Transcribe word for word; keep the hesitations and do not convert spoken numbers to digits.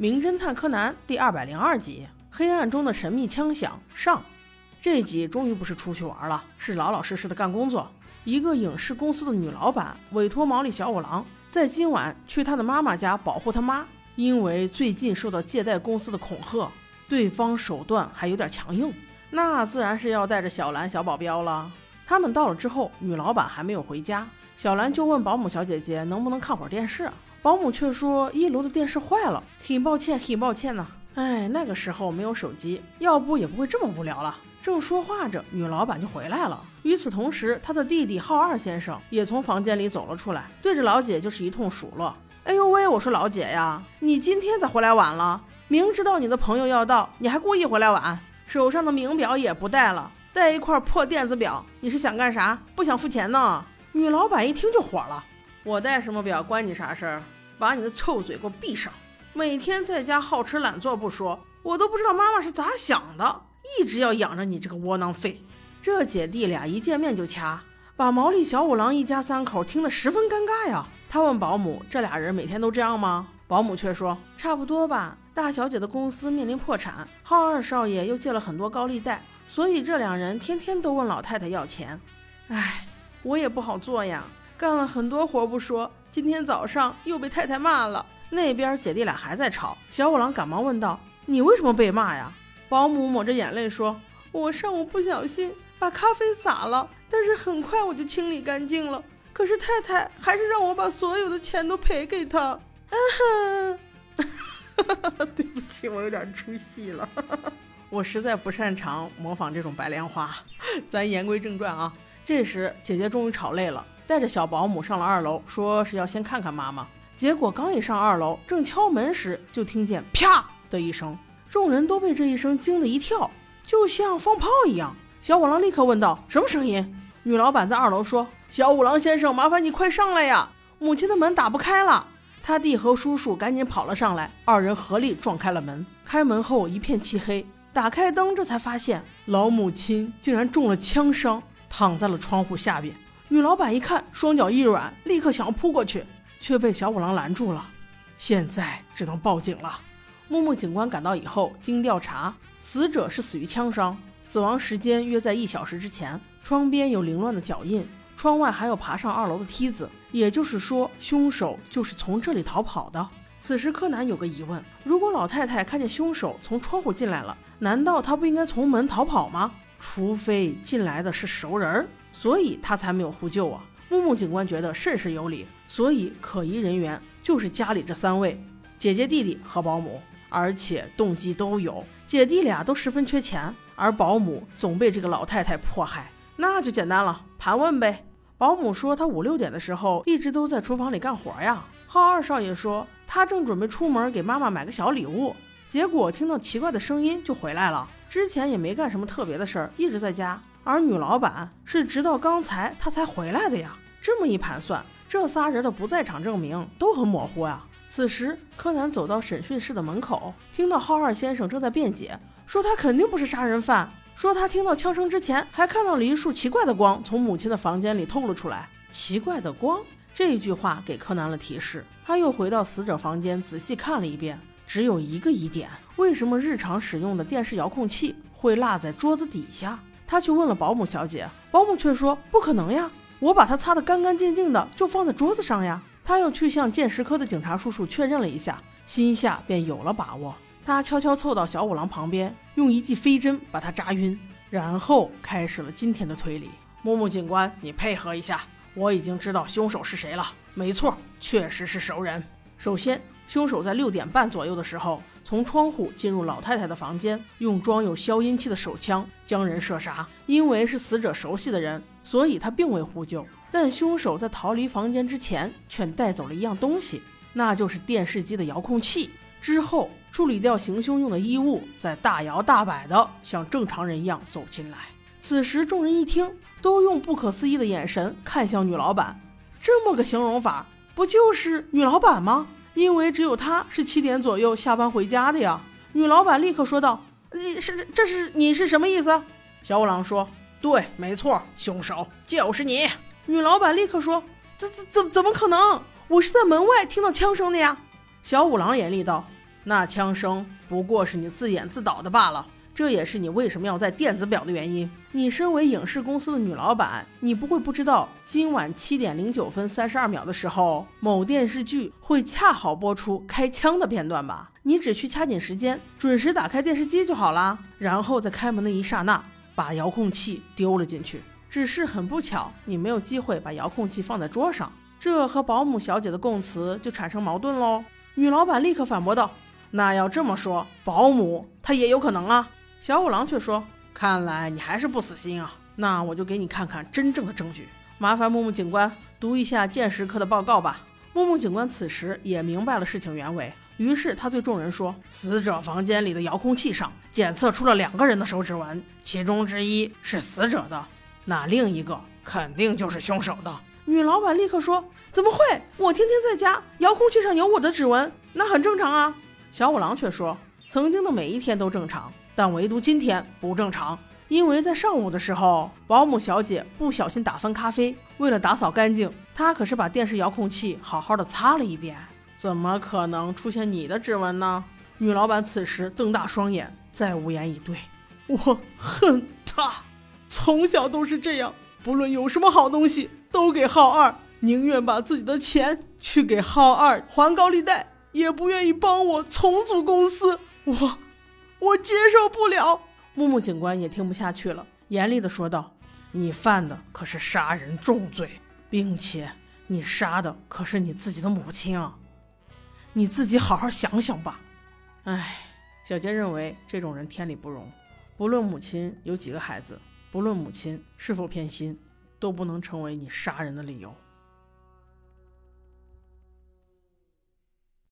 名侦探柯南第二百零二集，黑暗中的神秘枪响上。这一集终于不是出去玩了，是老老实实的干工作。一个影视公司的女老板委托毛利小五郎在今晚去她的妈妈家保护她妈，因为最近受到借贷公司的恐吓，对方手段还有点强硬，那自然是要带着小兰小保镖了。他们到了之后，女老板还没有回家，小兰就问保姆小姐姐能不能看会儿电视，保姆却说一楼的电视坏了，很抱歉很抱歉呢、啊。哎，那个时候没有手机，要不也不会这么无聊了。正说话着，女老板就回来了。与此同时，她的弟弟浩二先生也从房间里走了出来，对着老姐就是一通数落。哎呦喂，我说老姐呀，你今天咋回来晚了？明知道你的朋友要到，你还故意回来晚，手上的名表也不带了，带一块破电子表，你是想干啥？不想付钱呢？女老板一听就火了，我带什么表关你啥事儿？把你的臭嘴给我闭上！每天在家好吃懒做不说，我都不知道妈妈是咋想的，一直要养着你这个窝囊废。这姐弟俩一见面就掐，把毛利小五郎一家三口听得十分尴尬呀。他问保姆，这俩人每天都这样吗？保姆却说差不多吧，大小姐的公司面临破产，浩二少爷又借了很多高利贷，所以这两人天天都问老太太要钱。唉，我也不好做呀，干了很多活不说，今天早上又被太太骂了。那边姐弟俩还在吵，小五郎赶忙问道，你为什么被骂呀？保姆抹着眼泪说，我上午不小心把咖啡洒了，但是很快我就清理干净了，可是太太还是让我把所有的钱都赔给她。啊对不起，我有点出戏了我实在不擅长模仿这种白莲花。咱言归正传啊，这时姐姐终于吵累了，带着小保姆上了二楼，说是要先看看妈妈。结果刚一上二楼，正敲门时就听见啪的一声，众人都被这一声惊得一跳，就像放炮一样。小五郎立刻问道，什么声音？女老板在二楼说，小五郎先生，麻烦你快上来呀，母亲的门打不开了。他弟和叔叔赶紧跑了上来，二人合力撞开了门。开门后一片漆黑，打开灯，这才发现老母亲竟然中了枪伤，躺在了窗户下边。女老板一看，双脚一软，立刻想要扑过去，却被小五郎拦住了。现在只能报警了。木木警官赶到以后，经调查，死者是死于枪伤，死亡时间约在一小时之前。窗边有凌乱的脚印，窗外还有爬上二楼的梯子，也就是说凶手就是从这里逃跑的。此时柯南有个疑问，如果老太太看见凶手从窗户进来了，难道她不应该从门逃跑吗？除非进来的是熟人，所以他才没有呼救啊。木木警官觉得甚是有理，所以可疑人员就是家里这三位，姐姐弟弟和保姆，而且动机都有。姐弟俩都十分缺钱，而保姆总被这个老太太迫害，那就简单了，盘问呗。保姆说他五六点的时候一直都在厨房里干活呀。浩二少爷说他正准备出门给妈妈买个小礼物，结果听到奇怪的声音就回来了，之前也没干什么特别的事儿，一直在家。而女老板是直到刚才她才回来的呀。这么一盘算，这仨人的不在场证明都很模糊呀。此时柯南走到审讯室的门口，听到浩二先生正在辩解，说他肯定不是杀人犯，说他听到枪声之前还看到了一束奇怪的光从母亲的房间里透了出来。奇怪的光，这一句话给柯南了提示。他又回到死者房间仔细看了一遍，只有一个疑点，为什么日常使用的电视遥控器会落在桌子底下？他去问了保姆小姐，保姆却说不可能呀，我把它擦得干干净净的，就放在桌子上呀。他又去向鉴识科的警察叔叔确认了一下，心下便有了把握。他悄悄凑到小五郎旁边，用一记飞针把他扎晕，然后开始了今天的推理。木木警官，你配合一下，我已经知道凶手是谁了。没错，确实是熟人。首先，凶手在六点半左右的时候从窗户进入老太太的房间，用装有消音器的手枪将人射杀。因为是死者熟悉的人，所以他并未呼救。但凶手在逃离房间之前却带走了一样东西，那就是电视机的遥控器。之后处理掉行凶用的衣物，再大摇大摆的像正常人一样走进来。此时众人一听，都用不可思议的眼神看向女老板。这么个形容法，不就是女老板吗？因为只有她是七点左右下班回家的呀。女老板立刻说道，你是这是你是什么意思？小五郎说，对，没错，凶手就是你。女老板立刻说，怎怎怎怎么可能？我是在门外听到枪声的呀。小五郎严厉道， 那枪声不过是你自演自导的罢了。这也是你为什么要在电子表的原因。你身为影视公司的女老板，你不会不知道今晚七点零九分三十二秒的时候，某电视剧会恰好播出开枪的片段吧？你只需掐紧时间，准时打开电视机就好啦，然后在开门的一刹那把遥控器丢了进去。只是很不巧，你没有机会把遥控器放在桌上，这和保姆小姐的供词就产生矛盾喽。女老板立刻反驳道，那要这么说，保姆她也有可能啊。小五郎却说，看来你还是不死心啊，那我就给你看看真正的证据。麻烦木木警官读一下鉴识科的报告吧。木木警官此时也明白了事情原委，于是他对众人说，死者房间里的遥控器上检测出了两个人的手指纹，其中之一是死者的，那另一个肯定就是凶手的。女老板立刻说，怎么会，我天天在家，遥控器上有我的指纹，那很正常啊。小五郎却说，曾经的每一天都正常，但唯独今天不正常，因为在上午的时候，保姆小姐不小心打翻咖啡，为了打扫干净，她可是把电视遥控器好好的擦了一遍，怎么可能出现你的指纹呢？女老板此时瞪大双眼，再无言以对。我恨她，从小都是这样，不论有什么好东西都给浩二，宁愿把自己的钱去给浩二还高利贷，也不愿意帮我重组公司，我我接受不了。木木警官也听不下去了，严厉地说道，你犯的可是杀人重罪，并且你杀的可是你自己的母亲啊，你自己好好想想吧。唉，小杰认为这种人天理不容，不论母亲有几个孩子，不论母亲是否偏心，都不能成为你杀人的理由。